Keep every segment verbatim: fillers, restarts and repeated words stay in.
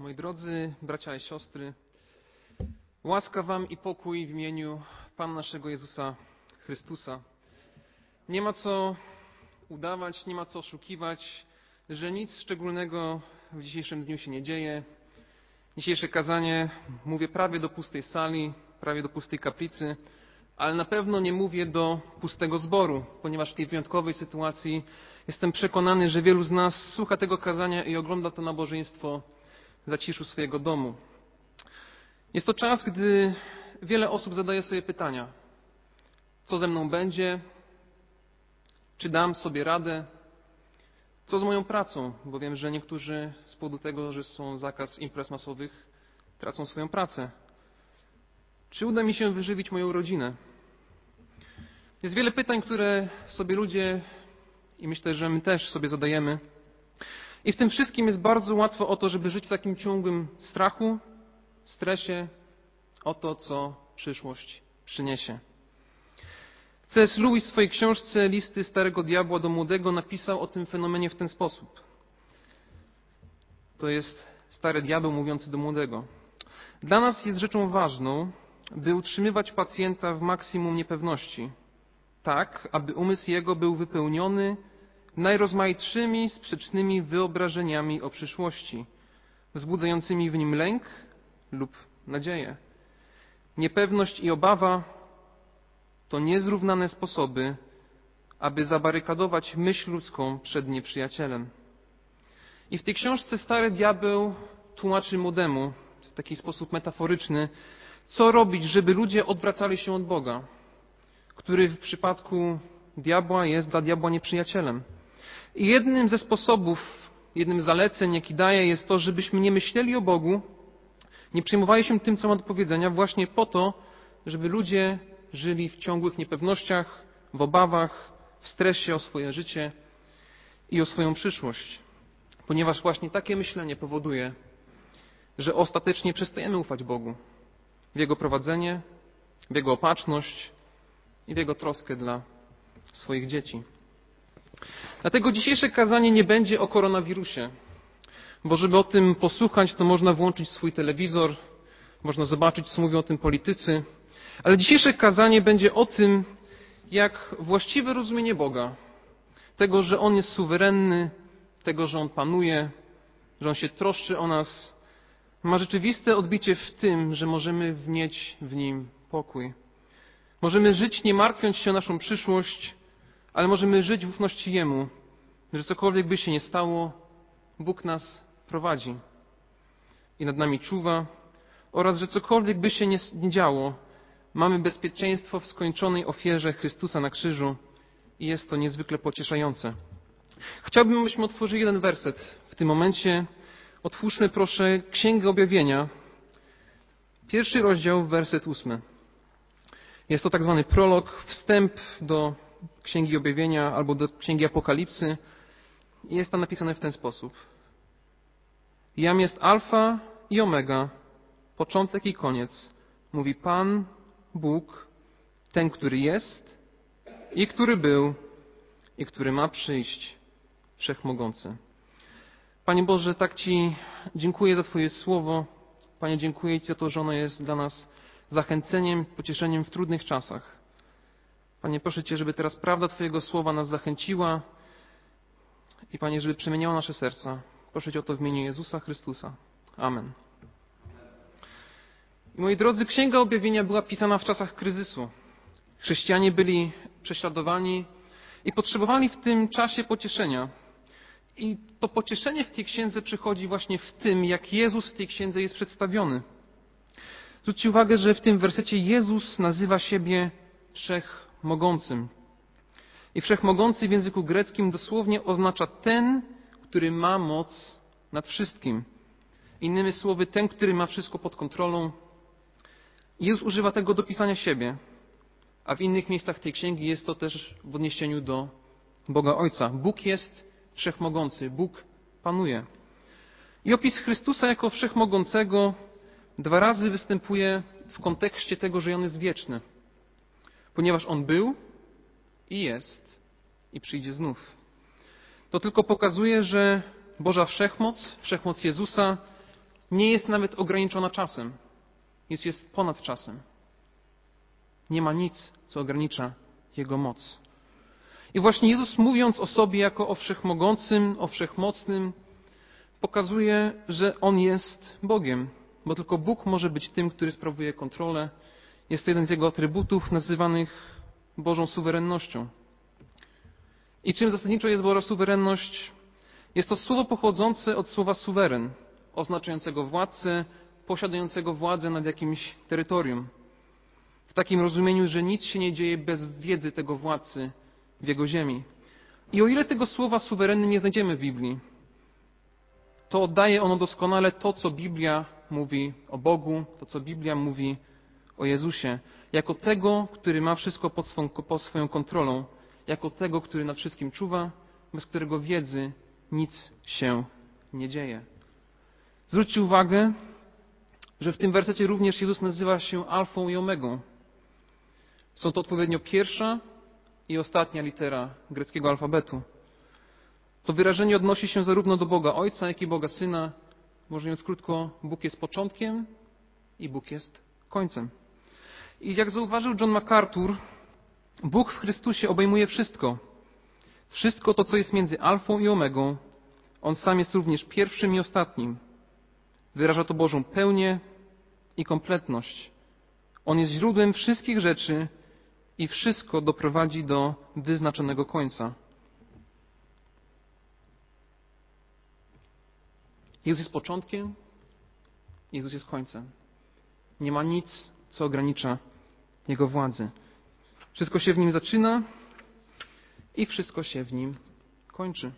Moi drodzy bracia i siostry, łaska wam i pokój w imieniu Pana naszego Jezusa Chrystusa. Nie ma co udawać, nie ma co oszukiwać, że nic szczególnego w dzisiejszym dniu się nie dzieje. Dzisiejsze kazanie mówię prawie do pustej sali, prawie do pustej kaplicy, ale na pewno nie mówię do pustego zboru, ponieważ w tej wyjątkowej sytuacji jestem przekonany, że wielu z nas słucha tego kazania i ogląda to nabożeństwo w zaciszu swojego domu. Jest to czas, gdy wiele osób zadaje sobie pytania: co ze mną będzie? Czy dam sobie radę? Co z moją pracą? Bo wiem, że niektórzy z powodu tego, że są zakaz imprez masowych, tracą swoją pracę. Czy uda mi się wyżywić moją rodzinę? Jest wiele pytań, które sobie ludzie, i myślę, że my też sobie zadajemy. I w tym wszystkim jest bardzo łatwo o to, żeby żyć w takim ciągłym strachu, stresie o to, co przyszłość przyniesie. C S Lewis w swojej książce Listy Starego Diabła do Młodego napisał o tym fenomenie w ten sposób. To jest stary diabeł mówiący do młodego. Dla nas jest rzeczą ważną, by utrzymywać pacjenta w maksimum niepewności, tak, aby umysł jego był wypełniony najrozmaitszymi, sprzecznymi wyobrażeniami o przyszłości, wzbudzającymi w nim lęk lub nadzieję. Niepewność i obawa to niezrównane sposoby, aby zabarykadować myśl ludzką przed nieprzyjacielem. I w tej książce stary diabeł tłumaczy młodemu w taki sposób metaforyczny, co robić, żeby ludzie odwracali się od Boga, który w przypadku diabła jest dla diabła nieprzyjacielem. I jednym ze sposobów, jednym z zaleceń, jaki daje, jest to, żebyśmy nie myśleli o Bogu, nie przejmowali się tym, co ma do powiedzenia, właśnie po to, żeby ludzie żyli w ciągłych niepewnościach, w obawach, w stresie o swoje życie i o swoją przyszłość. Ponieważ właśnie takie myślenie powoduje, że ostatecznie przestajemy ufać Bogu, w Jego prowadzenie, w Jego opatrzność i w Jego troskę dla swoich dzieci. Dlatego dzisiejsze kazanie nie będzie o koronawirusie, bo żeby o tym posłuchać, to można włączyć swój telewizor, można zobaczyć, co mówią o tym politycy, ale dzisiejsze kazanie będzie o tym, jak właściwe rozumienie Boga, tego, że On jest suwerenny, tego, że On panuje, że On się troszczy o nas, ma rzeczywiste odbicie w tym, że możemy mieć w Nim pokój. Możemy żyć nie martwiąc się o naszą przyszłość, ale możemy żyć w ufności Jemu, że cokolwiek by się nie stało, Bóg nas prowadzi i nad nami czuwa, oraz że cokolwiek by się nie, nie działo, mamy bezpieczeństwo w skończonej ofierze Chrystusa na krzyżu i jest to niezwykle pocieszające. Chciałbym, abyśmy otworzyli jeden werset w tym momencie. Otwórzmy proszę Księgę Objawienia, pierwszy rozdział, werset ósmy. Jest to tak zwany prolog, wstęp do Księgi Objawienia albo do Księgi Apokalipsy. I jest tam napisane w ten sposób. Jam jest alfa i omega, początek i koniec, mówi Pan, Bóg, ten, który jest i który był i który ma przyjść, Wszechmogący. Panie Boże, tak Ci dziękuję za Twoje słowo. Panie, dziękuję Ci za to, że ono jest dla nas zachęceniem, pocieszeniem w trudnych czasach. Panie, proszę Cię, żeby teraz prawda Twojego słowa nas zachęciła i Panie, żeby przemieniała nasze serca. Proszę Cię o to w imieniu Jezusa Chrystusa. Amen. I moi drodzy, Księga Objawienia była pisana w czasach kryzysu. Chrześcijanie byli prześladowani i potrzebowali w tym czasie pocieszenia. I to pocieszenie w tej księdze przychodzi właśnie w tym, jak Jezus w tej księdze jest przedstawiony. Zwróćcie uwagę, że w tym wersecie Jezus nazywa siebie Wszechmogącym. I Wszechmogący w języku greckim dosłownie oznacza ten, który ma moc nad wszystkim. Innymi słowy, ten, który ma wszystko pod kontrolą. Jezus używa tego do pisania siebie, a w innych miejscach tej księgi jest to też w odniesieniu do Boga Ojca. Bóg jest wszechmogący, Bóg panuje. I opis Chrystusa jako wszechmogącego dwa razy występuje w kontekście tego, że On jest wieczny, ponieważ On był i jest i przyjdzie znów. To tylko pokazuje, że Boża wszechmoc, wszechmoc Jezusa nie jest nawet ograniczona czasem. Jest, jest ponad czasem. Nie ma nic, co ogranicza Jego moc. I właśnie Jezus, mówiąc o sobie jako o wszechmogącym, o wszechmocnym, pokazuje, że On jest Bogiem, bo tylko Bóg może być tym, który sprawuje kontrolę. Jest to jeden z Jego atrybutów nazywanych Bożą suwerennością. I czym zasadniczo jest Boża suwerenność? Jest to słowo pochodzące od słowa suweren, oznaczającego władcę, posiadającego władzę nad jakimś terytorium. W takim rozumieniu, że nic się nie dzieje bez wiedzy tego władcy w jego ziemi. I o ile tego słowa suwerenny nie znajdziemy w Biblii, to oddaje ono doskonale to, co Biblia mówi o Bogu, to, co Biblia mówi o Jezusie, jako tego, który ma wszystko pod swą, pod swoją kontrolą, jako tego, który nad wszystkim czuwa, bez którego wiedzy nic się nie dzieje. Zwróćcie uwagę, że w tym wersecie również Jezus nazywa się Alfą i Omegą. Są to odpowiednio pierwsza i ostatnia litera greckiego alfabetu. To wyrażenie odnosi się zarówno do Boga Ojca, jak i Boga Syna. Mówiąc krótko, Bóg jest początkiem i Bóg jest końcem. I jak zauważył John MacArthur, Bóg w Chrystusie obejmuje wszystko. Wszystko to, co jest między Alfą i Omegą. On sam jest również pierwszym i ostatnim. Wyraża to Bożą pełnię i kompletność. On jest źródłem wszystkich rzeczy i wszystko doprowadzi do wyznaczonego końca. Jezus jest początkiem, Jezus jest końcem. Nie ma nic, co ogranicza Jego władzy. Wszystko się w Nim zaczyna i wszystko się w Nim kończy.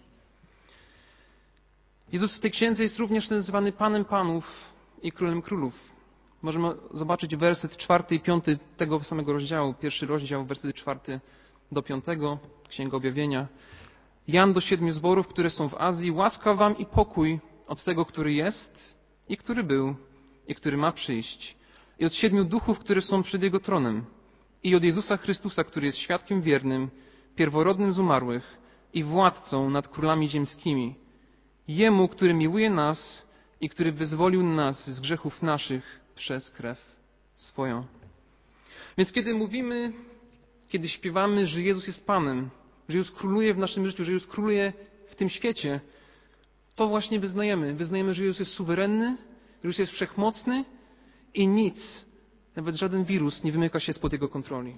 Jezus w tej księdze jest również nazywany Panem Panów i Królem Królów. Możemy zobaczyć werset czwarty i piąty tego samego rozdziału. Pierwszy rozdział, wersety czwarty do piątego, Księga Objawienia. Jan do siedmiu zborów, które są w Azji. Łaska wam i pokój od tego, który jest i który był i który ma przyjść. I od siedmiu duchów, które są przed Jego tronem. I od Jezusa Chrystusa, który jest świadkiem wiernym, pierworodnym z umarłych i władcą nad królami ziemskimi. Jemu, który miłuje nas i który wyzwolił nas z grzechów naszych przez krew swoją. Więc kiedy mówimy, kiedy śpiewamy, że Jezus jest Panem, że Jezus króluje w naszym życiu, że Jezus króluje w tym świecie, to właśnie wyznajemy. Wyznajemy, że Jezus jest suwerenny, że Jezus jest wszechmocny i nic, nawet żaden wirus nie wymyka się spod Jego kontroli.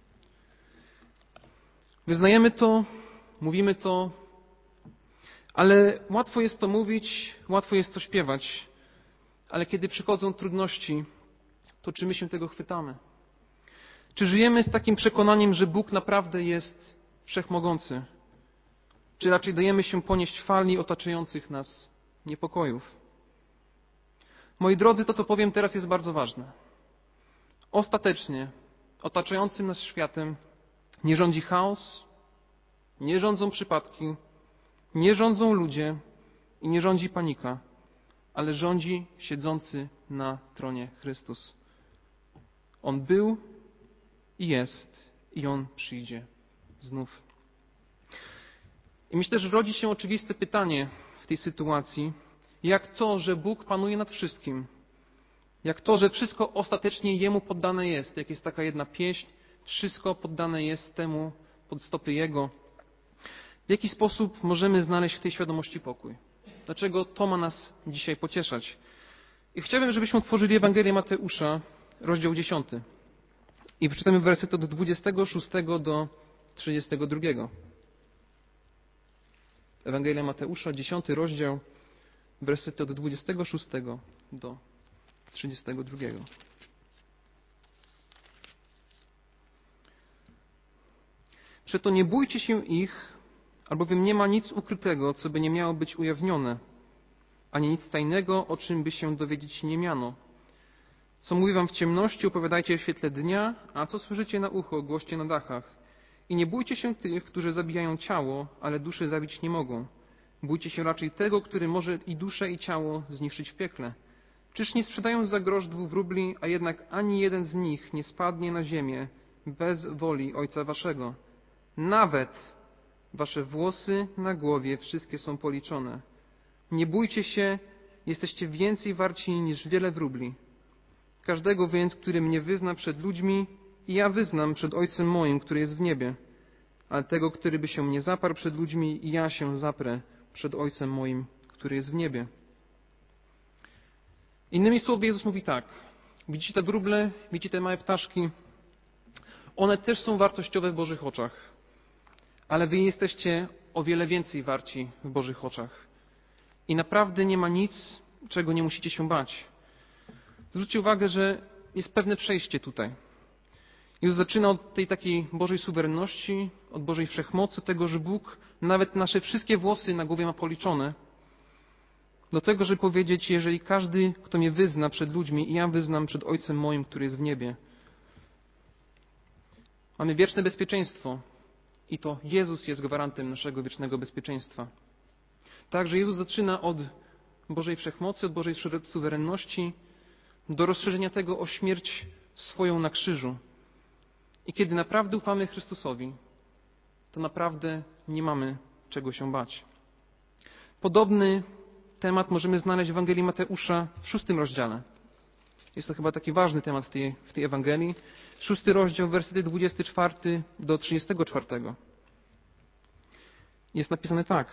Wyznajemy to, mówimy to, ale łatwo jest to mówić, łatwo jest to śpiewać, ale kiedy przychodzą trudności, to czy my się tego chwytamy? Czy żyjemy z takim przekonaniem, że Bóg naprawdę jest wszechmogący? Czy raczej dajemy się ponieść fali otaczających nas niepokojów? Moi drodzy, to co powiem teraz jest bardzo ważne. Ostatecznie otaczającym nas światem nie rządzi chaos, nie rządzą przypadki, nie rządzą ludzie i nie rządzi panika, ale rządzi siedzący na tronie Chrystus. On był i jest i On przyjdzie znów. I myślę, że rodzi się oczywiste pytanie w tej sytuacji, jak to, że Bóg panuje nad wszystkim, jak to, że wszystko ostatecznie Jemu poddane jest, jak jest taka jedna pieśń, wszystko poddane jest temu pod stopy Jego. W jaki sposób możemy znaleźć w tej świadomości pokój? Dlaczego to ma nas dzisiaj pocieszać? I chciałbym, żebyśmy otworzyli Ewangelię Mateusza, rozdział dziesiąty. I przeczytamy wersety od dwudziestego szóstego do trzydziestego drugiego. Ewangelia Mateusza, dziesiąty rozdział, wersety od dwudziestego szóstego do trzydziestego drugiego. Przeto nie bójcie się ich, albowiem nie ma nic ukrytego, co by nie miało być ujawnione, ani nic tajnego, o czym by się dowiedzieć nie miano. Co mówi wam w ciemności, opowiadajcie w świetle dnia, a co słyszycie na ucho, głoście na dachach. I nie bójcie się tych, którzy zabijają ciało, ale duszy zabić nie mogą. Bójcie się raczej tego, który może i duszę, i ciało zniszczyć w piekle. Czyż nie sprzedają za grosz dwóch rubli, a jednak ani jeden z nich nie spadnie na ziemię bez woli Ojca waszego. Nawet wasze włosy na głowie wszystkie są policzone. Nie bójcie się, jesteście więcej warci niż wiele wróbli. Każdego więc, który mnie wyzna przed ludźmi, i ja wyznam przed Ojcem moim, który jest w niebie. Ale tego, który by się mnie zaparł przed ludźmi, i ja się zaprę przed Ojcem moim, który jest w niebie. Innymi słowy, Jezus mówi tak. Widzicie te wróble, widzicie te małe ptaszki? One też są wartościowe w Bożych oczach. Ale wy jesteście o wiele więcej warci w Bożych oczach. I naprawdę nie ma nic, czego nie musicie się bać. Zwróćcie uwagę, że jest pewne przejście tutaj. Jezus zaczyna od tej takiej Bożej suwerenności, od Bożej wszechmocy, tego, że Bóg nawet nasze wszystkie włosy na głowie ma policzone. Do tego, żeby powiedzieć, jeżeli każdy, kto mnie wyzna przed ludźmi, i ja wyznam przed Ojcem moim, który jest w niebie. Mamy wieczne bezpieczeństwo i to Jezus jest gwarantem naszego wiecznego bezpieczeństwa. Także Jezus zaczyna od Bożej wszechmocy, od Bożej suwerenności, do rozszerzenia tego o śmierć swoją na krzyżu. I kiedy naprawdę ufamy Chrystusowi, to naprawdę nie mamy czego się bać. Podobny temat możemy znaleźć w Ewangelii Mateusza w szóstym rozdziale. Jest to chyba taki ważny temat w tej, w tej Ewangelii. Szósty rozdział, wersety dwudziesty czwarty do trzydziestego czwartego. Jest napisane tak.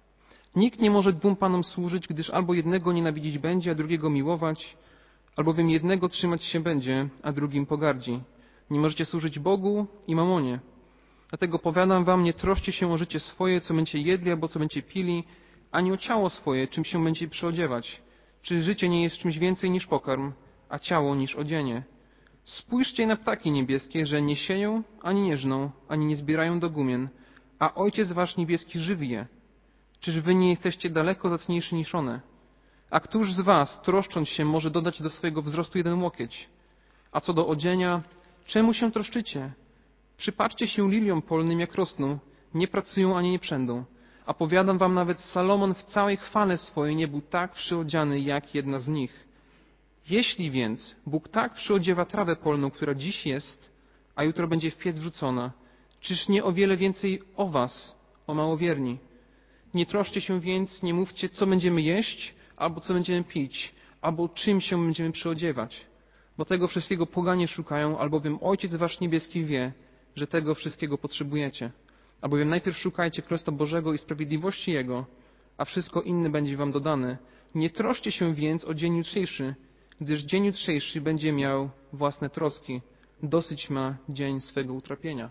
Nikt nie może dwóm panom służyć, gdyż albo jednego nienawidzić będzie, a drugiego miłować, albowiem jednego trzymać się będzie, a drugim pogardzi. Nie możecie służyć Bogu i mamonie. Dlatego powiadam wam, nie troszcie się o życie swoje, co będziecie jedli, albo co będziecie pili, ani o ciało swoje, czym się będziecie przyodziewać. Czy życie nie jest czymś więcej niż pokarm, a ciało niż odzienie? Spójrzcie na ptaki niebieskie, że nie sieją, ani nie żną, ani nie zbierają do gumien, a Ojciec wasz niebieski żywi je. Czyż wy nie jesteście daleko zacniejsi niż one? A któż z was, troszcząc się, może dodać do swojego wzrostu jeden łokieć? A co do odzienia, czemu się troszczycie? Przypatrzcie się liliom polnym, jak rosną, nie pracują ani nie przędą. A powiadam wam, nawet Salomon w całej chwale swojej nie był tak przyodziany, jak jedna z nich. Jeśli więc Bóg tak przyodziewa trawę polną, która dziś jest, a jutro będzie w piec wrzucona, czyż nie o wiele więcej o was, o małowierni? Nie troszcie się więc, nie mówcie, co będziemy jeść, albo co będziemy pić, albo czym się będziemy przyodziewać. Bo tego wszystkiego poganie szukają, albowiem Ojciec wasz niebieski wie, że tego wszystkiego potrzebujecie. Albowiem najpierw szukajcie Królestwa Bożego i sprawiedliwości Jego, a wszystko inne będzie wam dodane. Nie troszcie się więc o dzień jutrzejszy, gdyż dzień jutrzejszy będzie miał własne troski. Dosyć ma dzień swego utrapienia.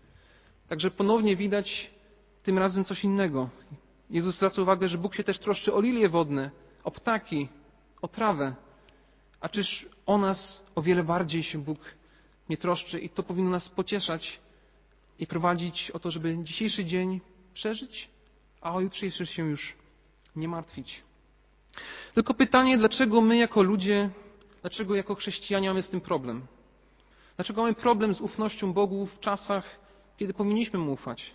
Także ponownie widać tym razem coś innego. Jezus zwraca uwagę, że Bóg się też troszczy o lilie wodne, o ptaki, o trawę. A czyż o nas o wiele bardziej się Bóg nie troszczy i to powinno nas pocieszać i prowadzić o to, żeby dzisiejszy dzień przeżyć, a o jutrzejszy się już nie martwić. Tylko pytanie, dlaczego my jako ludzie, dlaczego jako chrześcijanie mamy z tym problem? Dlaczego mamy problem z ufnością Bogu w czasach, kiedy powinniśmy Mu ufać?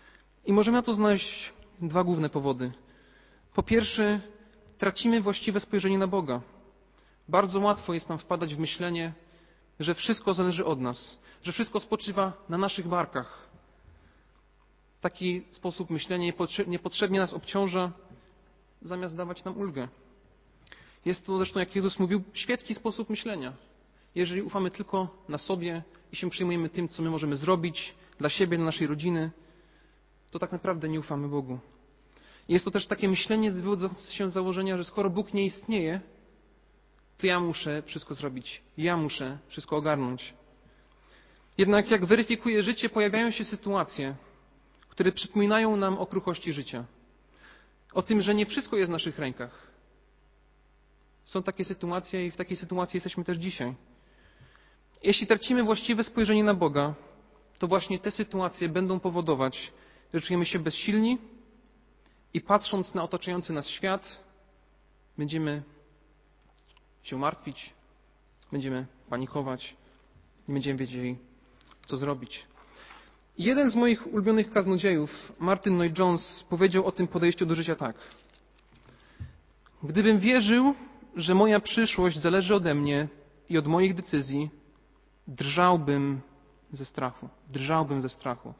I możemy na to znaleźć dwa główne powody. Po pierwsze, tracimy właściwe spojrzenie na Boga. Bardzo łatwo jest nam wpadać w myślenie, że wszystko zależy od nas, że wszystko spoczywa na naszych barkach. Taki sposób myślenia niepotrzebnie nas obciąża, zamiast dawać nam ulgę. Jest to zresztą, jak Jezus mówił, świecki sposób myślenia. Jeżeli ufamy tylko na sobie i się przyjmujemy tym, co my możemy zrobić dla siebie, dla naszej rodziny, to tak naprawdę nie ufamy Bogu. Jest to też takie myślenie wywodzące się z założenia, że skoro Bóg nie istnieje, to ja muszę wszystko zrobić. Ja muszę wszystko ogarnąć. Jednak jak weryfikuje życie, pojawiają się sytuacje, które przypominają nam o kruchości życia. O tym, że nie wszystko jest w naszych rękach. Są takie sytuacje i w takiej sytuacji jesteśmy też dzisiaj. Jeśli tracimy właściwe spojrzenie na Boga, to właśnie te sytuacje będą powodować, że czujemy się bezsilni i patrząc na otaczający nas świat, będziemy się martwić, będziemy panikować, nie będziemy wiedzieli, co zrobić. Jeden z moich ulubionych kaznodziejów, Martin Lloyd-Jones, powiedział o tym podejściu do życia tak. Gdybym wierzył, że moja przyszłość zależy ode mnie i od moich decyzji, drżałbym ze strachu. Drżałbym ze strachu.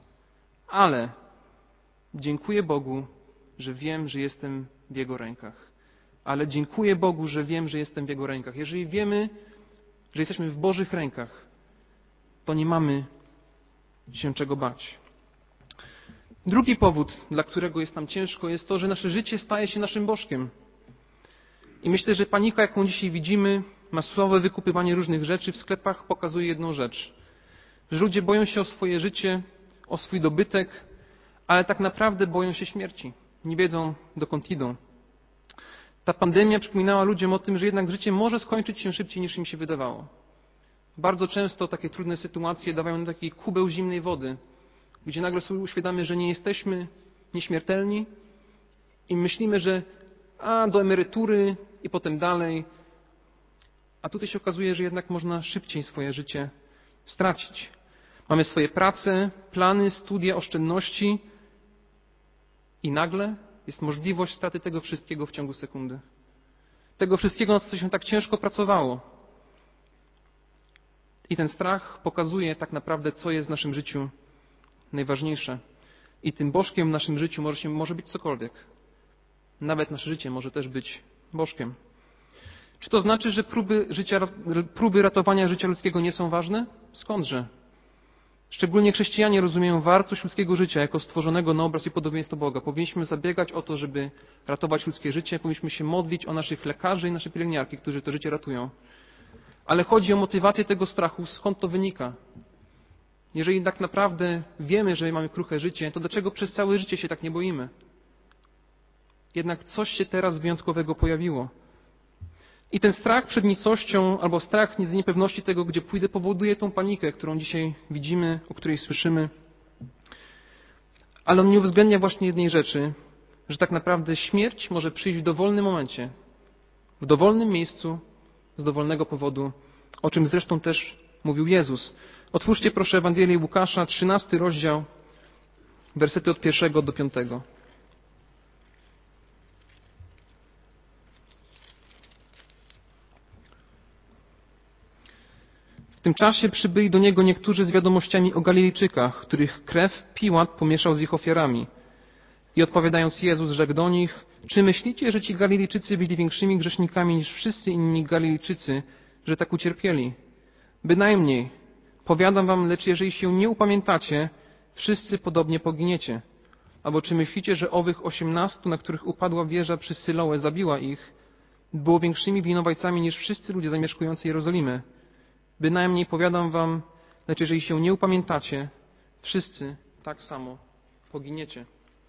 Ale dziękuję Bogu, że wiem, że jestem w Jego rękach. ale dziękuję Bogu, że wiem, że jestem w Jego rękach. Jeżeli wiemy, że jesteśmy w Bożych rękach, to nie mamy się czego bać. Drugi powód, dla którego jest nam ciężko, jest to, że nasze życie staje się naszym bożkiem. I myślę, że panika, jaką dzisiaj widzimy, masowe wykupywanie różnych rzeczy w sklepach pokazuje jedną rzecz. Że ludzie boją się o swoje życie, o swój dobytek, ale tak naprawdę boją się śmierci. Nie wiedzą, dokąd idą. Ta pandemia przypominała ludziom o tym, że jednak życie może skończyć się szybciej, niż im się wydawało. Bardzo często takie trudne sytuacje dawają nam taki kubeł zimnej wody, gdzie nagle sobie uświadamiamy, że nie jesteśmy nieśmiertelni i myślimy, że a do emerytury i potem dalej. A tutaj się okazuje, że jednak można szybciej swoje życie stracić. Mamy swoje prace, plany, studia, oszczędności i nagle jest możliwość straty tego wszystkiego w ciągu sekundy. Tego wszystkiego, na co się tak ciężko pracowało. I ten strach pokazuje tak naprawdę, co jest w naszym życiu najważniejsze. I tym bożkiem w naszym życiu może, się, może być cokolwiek. Nawet nasze życie może też być bożkiem. Czy to znaczy, że próby, życia, próby ratowania życia ludzkiego nie są ważne? Skądże? Szczególnie chrześcijanie rozumieją wartość ludzkiego życia jako stworzonego na obraz i podobieństwo Boga. Powinniśmy zabiegać o to, żeby ratować ludzkie życie. Powinniśmy się modlić o naszych lekarzy i nasze pielęgniarki, którzy to życie ratują. Ale chodzi o motywację tego strachu. Skąd to wynika? Jeżeli tak naprawdę wiemy, że mamy kruche życie, to dlaczego przez całe życie się tak nie boimy? Jednak coś się teraz wyjątkowego pojawiło. I ten strach przed nicością, albo strach z niepewności tego, gdzie pójdę, powoduje tą panikę, którą dzisiaj widzimy, o której słyszymy. Ale on nie uwzględnia właśnie jednej rzeczy, że tak naprawdę śmierć może przyjść w dowolnym momencie, w dowolnym miejscu, z dowolnego powodu, o czym zresztą też mówił Jezus. Otwórzcie proszę Ewangelię Łukasza, trzynasty rozdział, wersety od pierwszego do piątego. W tym czasie przybyli do niego niektórzy z wiadomościami o Galilejczykach, których krew Piłat pomieszał z ich ofiarami. I odpowiadając Jezus rzekł do nich: czy myślicie, że ci Galilejczycy byli większymi grzesznikami niż wszyscy inni Galilejczycy, że tak ucierpieli? Bynajmniej, powiadam wam, lecz jeżeli się nie upamiętacie, wszyscy podobnie poginiecie. Albo czy myślicie, że owych osiemnastu, na których upadła wieża przy Syloe, zabiła ich, było większymi winowajcami niż wszyscy ludzie zamieszkujący Jerozolimę? Bynajmniej powiadam wam, lecz jeżeli się nie upamiętacie, wszyscy tak samo poginiecie.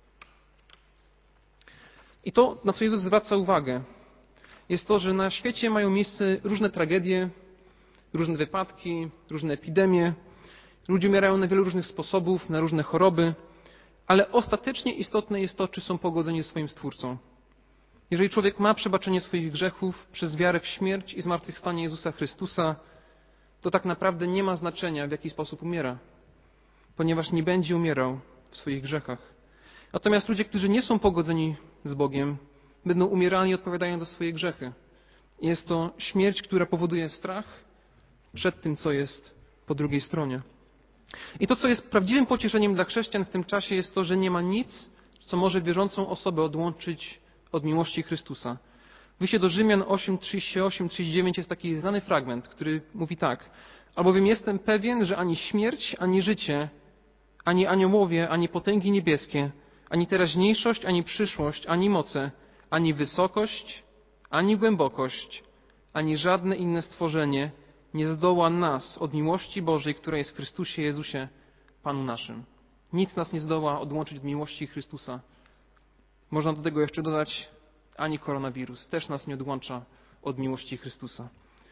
I to, na co Jezus zwraca uwagę, jest to, że na świecie mają miejsce różne tragedie, różne wypadki, różne epidemie. Ludzie umierają na wiele różnych sposobów, na różne choroby, ale ostatecznie istotne jest to, czy są pogodzeni ze swoim Stwórcą. Jeżeli człowiek ma przebaczenie swoich grzechów przez wiarę w śmierć i zmartwychwstanie Jezusa Chrystusa, to tak naprawdę nie ma znaczenia, w jaki sposób umiera, ponieważ nie będzie umierał w swoich grzechach. Natomiast ludzie, którzy nie są pogodzeni z Bogiem, będą umierali odpowiadając za swoje grzechy. Jest to śmierć, która powoduje strach przed tym, co jest po drugiej stronie. I to, co jest prawdziwym pocieszeniem dla chrześcijan w tym czasie, jest to, że nie ma nic, co może wierzącą osobę odłączyć od miłości Chrystusa. W liście do Rzymian osiem, trzydzieści osiem, trzydzieści dziewięć jest taki znany fragment, który mówi tak: albowiem jestem pewien, że ani śmierć, ani życie, ani aniołowie, ani potęgi niebieskie, ani teraźniejszość, ani przyszłość, ani moce, ani wysokość, ani głębokość, ani żadne inne stworzenie nie zdoła nas od miłości Bożej, która jest w Chrystusie Jezusie, Panu naszym. Nic nas nie zdoła odłączyć od miłości Chrystusa. Można do tego jeszcze dodać, ani koronawirus też nas nie odłącza od miłości Chrystusa.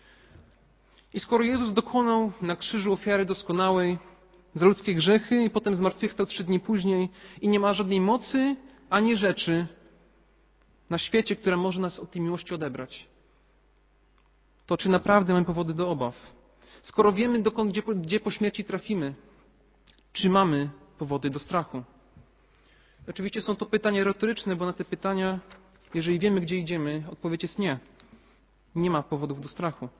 I skoro Jezus dokonał na krzyżu ofiary doskonałej za ludzkie grzechy i potem zmartwychwstał trzy dni później i nie ma żadnej mocy ani rzeczy na świecie, która może nas od tej miłości odebrać, to czy naprawdę mamy powody do obaw? Skoro wiemy, dokąd, gdzie, gdzie po śmierci trafimy, czy mamy powody do strachu? Oczywiście są to pytania retoryczne, bo na te pytania, jeżeli wiemy, gdzie idziemy, odpowiedź jest nie. Nie ma powodów do strachu.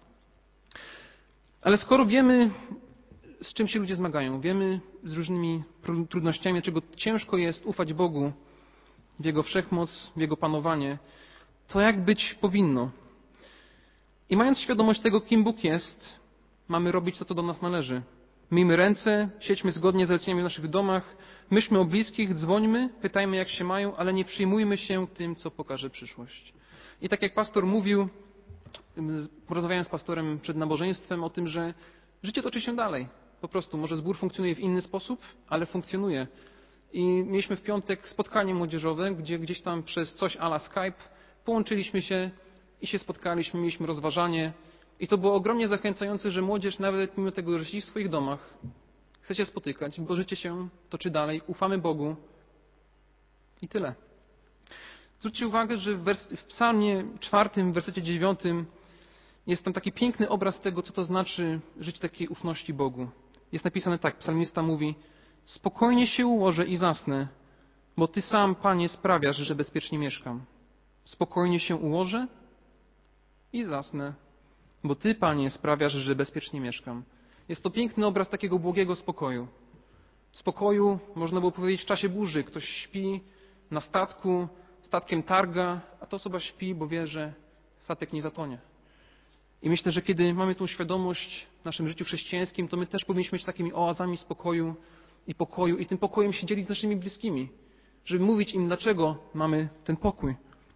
Ale skoro wiemy, z czym się ludzie zmagają, wiemy z różnymi trudnościami, dlaczego ciężko jest ufać Bogu w Jego wszechmoc, w Jego panowanie, to jak być powinno. I mając świadomość tego, kim Bóg jest, mamy robić to, co do nas należy. Myjmy ręce, siedźmy zgodnie z zaleceniami w naszych domach, myślmy o bliskich, dzwońmy, pytajmy, jak się mają, ale nie przyjmujmy się tym, co pokaże przyszłość. I tak jak pastor mówił, porozmawiałem z pastorem przed nabożeństwem o tym, że życie toczy się dalej. Po prostu może zbór funkcjonuje w inny sposób, ale funkcjonuje. I mieliśmy w piątek spotkanie młodzieżowe, gdzie gdzieś tam przez coś a la Skype połączyliśmy się i się spotkaliśmy, mieliśmy rozważanie. I to było ogromnie zachęcające, że młodzież nawet mimo tego, że siedzi w swoich domach, chce się spotykać, bo życie się toczy dalej, ufamy Bogu i tyle. Zwróćcie uwagę, że w, wers- w psalmie czwartym, w wersecie dziewiątym jest tam taki piękny obraz tego, co to znaczy żyć takiej ufności Bogu. Jest napisane tak, psalmista mówi: spokojnie się ułożę i zasnę, bo Ty sam, Panie, sprawiasz, że bezpiecznie mieszkam. Spokojnie się ułożę i zasnę, bo Ty, Panie, sprawiasz, że bezpiecznie mieszkam. Jest to piękny obraz takiego błogiego spokoju. Spokoju, można było powiedzieć, w czasie burzy. Ktoś śpi na statku, statkiem targa, a ta osoba śpi, bo wie, że statek nie zatonie. I myślę, że kiedy mamy tą świadomość w naszym życiu chrześcijańskim, to my też powinniśmy być takimi oazami spokoju i pokoju i tym pokojem się dzielić z naszymi bliskimi, żeby mówić im, dlaczego mamy ten pokój.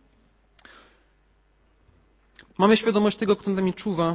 Mamy świadomość tego, kto nad nami czuwa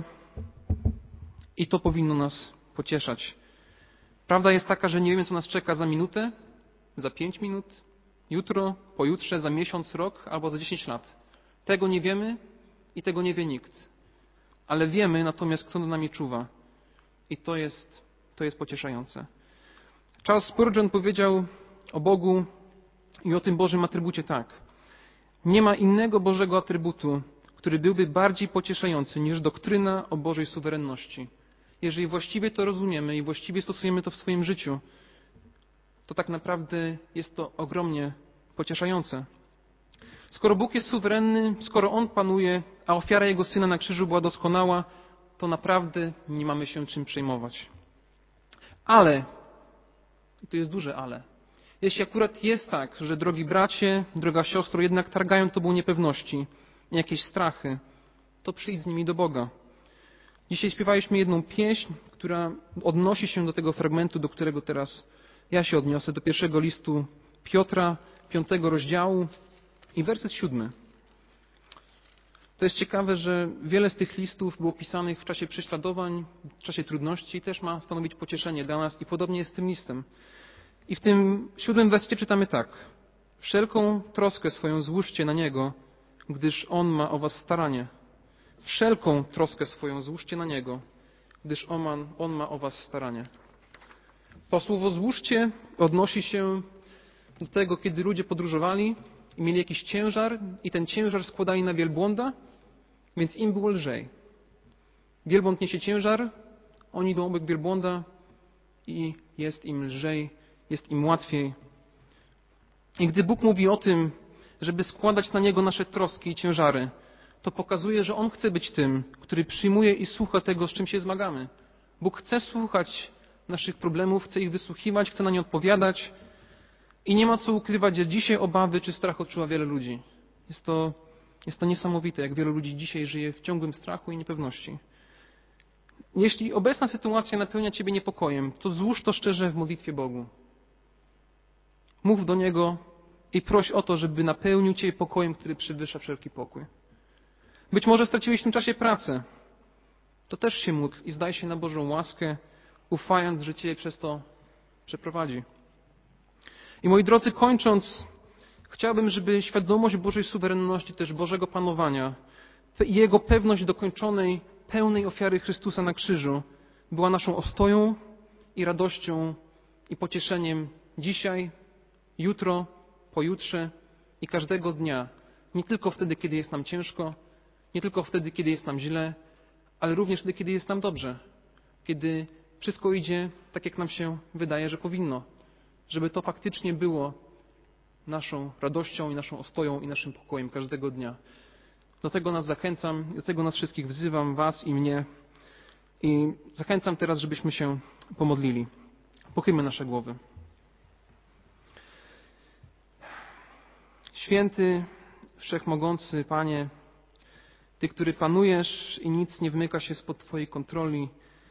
i to powinno nas pocieszać. Prawda jest taka, że nie wiemy, co nas czeka za minutę, za pięć minut, jutro, pojutrze, za miesiąc, rok albo za dziesięć lat. Tego nie wiemy i tego nie wie nikt. Ale wiemy natomiast, kto nad nami czuwa. I to jest, to jest pocieszające. Charles Spurgeon powiedział o Bogu i o tym Bożym atrybucie tak. Nie ma innego Bożego atrybutu, który byłby bardziej pocieszający niż doktryna o Bożej suwerenności. Jeżeli właściwie to rozumiemy i właściwie stosujemy to w swoim życiu, to tak naprawdę jest to ogromnie pocieszające. Skoro Bóg jest suwerenny, skoro On panuje, a ofiara Jego Syna na krzyżu była doskonała, to naprawdę nie mamy się czym przejmować. Ale, i to jest duże ale, jeśli akurat jest tak, że drogi bracie, droga siostro, jednak targają tobą niepewności, jakieś strachy, to przyjdź z nimi do Boga. Dzisiaj śpiewaliśmy jedną pieśń, która odnosi się do tego fragmentu, do którego teraz ja się odniosę, do pierwszego listu Piotra, piątego rozdziału i werset siódmy. To jest ciekawe, że wiele z tych listów było pisanych w czasie prześladowań, w czasie trudności i też ma stanowić pocieszenie dla nas i podobnie jest z tym listem. I w tym siódmym wersecie czytamy tak. Wszelką troskę swoją złóżcie na Niego, gdyż On ma o was staranie. Wszelką troskę swoją złóżcie na Niego, gdyż On ma, on ma o was staranie. To słowo złóżcie odnosi się do tego, kiedy ludzie podróżowali i mieli jakiś ciężar i ten ciężar składali na wielbłąda, więc im było lżej. Wielbłąd niesie ciężar, oni idą obok wielbłąda i jest im lżej, jest im łatwiej. I gdy Bóg mówi o tym, żeby składać na Niego nasze troski i ciężary, to pokazuje, że On chce być tym, który przyjmuje i słucha tego, z czym się zmagamy. Bóg chce słuchać naszych problemów, chce ich wysłuchiwać, chce na nie odpowiadać i nie ma co ukrywać, że dzisiaj obawy czy strach odczuwa wiele ludzi. Jest to, jest to niesamowite, jak wielu ludzi dzisiaj żyje w ciągłym strachu i niepewności. Jeśli obecna sytuacja napełnia Ciebie niepokojem, to złóż to szczerze w modlitwie Bogu. Mów do Niego i proś o to, żeby napełnił Cię pokojem, który przewyższa wszelki pokój. Być może straciłeś w tym czasie pracę. To też się módl i zdaj się na Bożą łaskę, ufając, że Cię przez to przeprowadzi. I moi drodzy, kończąc, chciałbym, żeby świadomość Bożej suwerenności, też Bożego panowania i Jego pewność dokończonej, pełnej ofiary Chrystusa na krzyżu była naszą ostoją i radością i pocieszeniem dzisiaj, jutro, pojutrze i każdego dnia. Nie tylko wtedy, kiedy jest nam ciężko, nie tylko wtedy, kiedy jest nam źle, ale również wtedy, kiedy jest nam dobrze. Kiedy wszystko idzie tak, jak nam się wydaje, że powinno. Żeby to faktycznie było naszą radością i naszą ostoją i naszym pokojem każdego dnia. Do tego nas zachęcam, do tego nas wszystkich wzywam, was i mnie. I zachęcam teraz, żebyśmy się pomodlili. Pochylmy nasze głowy. Święty Wszechmogący Panie, Ty, który panujesz i nic nie wymyka się spod Twojej kontroli,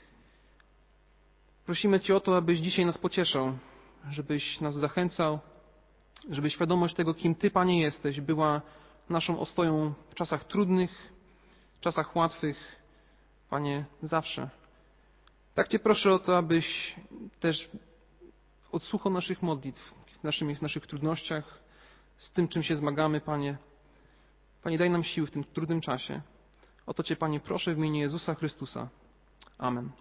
prosimy Cię o to, abyś dzisiaj nas pocieszał, żebyś nas zachęcał, żeby świadomość tego, kim Ty, Panie, jesteś, była naszą ostoją w czasach trudnych, w czasach łatwych, Panie, zawsze. Tak Cię proszę o to, abyś też odsłuchał naszych modlitw, w naszych, w naszych trudnościach, z tym, czym się zmagamy, Panie. Panie, daj nam siły w tym trudnym czasie. O to Cię, Panie, proszę w imieniu Jezusa Chrystusa. Amen.